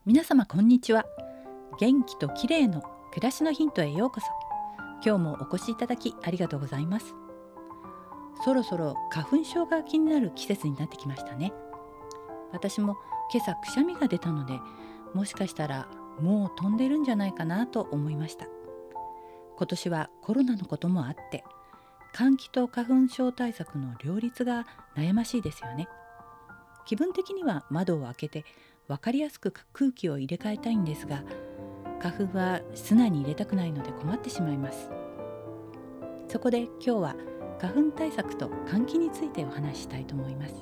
皆様こんにちは。元気と綺麗の暮らしのヒントへようこそ。今日もお越しいただきありがとうございます。そろそろ花粉症が気になる季節になってきましたね。私も今朝くしゃみが出たので、もしかしたらもう飛んでるんじゃないかなと思いました。今年はコロナのこともあって、換気と花粉症対策の両立が悩ましいですよね。気分的には窓を開けて分かりやすく空気を入れ替えたいんですが、花粉は室内に入れたくないので困ってしまいます。そこで今日は花粉対策と換気についてお話ししたいと思います。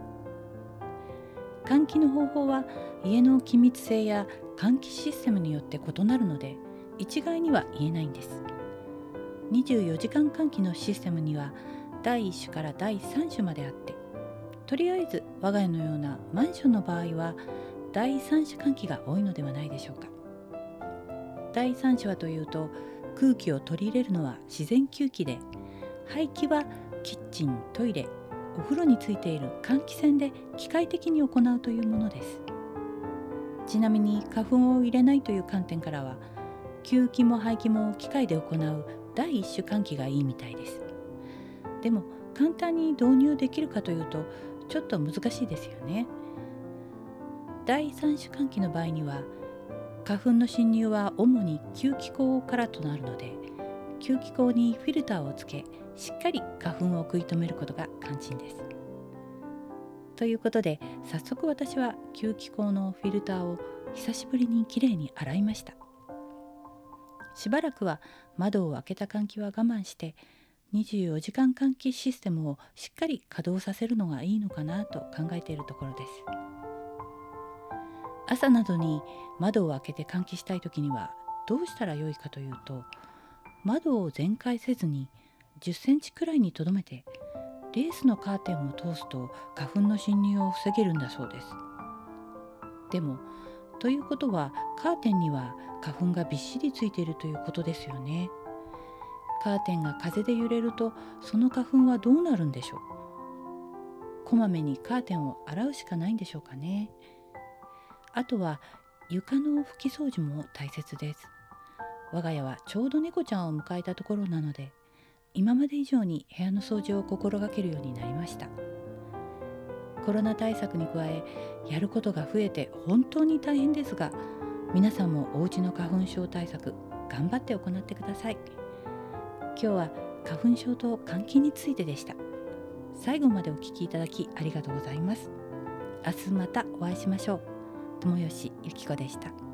換気の方法は家の気密性や換気システムによって異なるので、一概には言えないんです。24時間換気のシステムには第1種から第3種まであって、とりあえず我が家のようなマンションの場合は第3種換気が多いのではないでしょうか。第3種はというと、空気を取り入れるのは自然吸気で、排気はキッチン、トイレ、お風呂についている換気扇で機械的に行うというものです。ちなみに花粉を入れないという観点からは、吸気も排気も機械で行う第1種換気がいいみたいです。でも簡単に導入できるかというとちょっと難しいですよね。第3種換気の場合には、花粉の侵入は主に吸気口からとなるので、吸気口にフィルターをつけ、しっかり花粉を食い止めることが肝心です。ということで、早速私は吸気口のフィルターを久しぶりにきれいに洗いました。しばらくは窓を開けた換気は我慢して、24時間換気システムをしっかり稼働させるのがいいのかなと考えているところです。朝などに窓を開けて換気したい時にはどうしたらよいかというと、窓を全開せずに10センチくらいにとどめて、レースのカーテンを通すと花粉の侵入を防げるんだそうです。でも、ということはカーテンには花粉がびっしりついているということですよね。カーテンが風で揺れると、その花粉はどうなるんでしょう。こまめにカーテンを洗うしかないんでしょうかね。あとは床の拭き掃除も大切です。我が家はちょうど猫ちゃんを迎えたところなので、今まで以上に部屋の掃除を心がけるようになりました。コロナ対策に加え、やることが増えて本当に大変ですが、皆さんもお家の花粉症対策頑張って行ってください。今日は花粉症と換気についてでした。最後までお聞きいただきありがとうございます。明日またお会いしましょう。友吉ゆき子でした。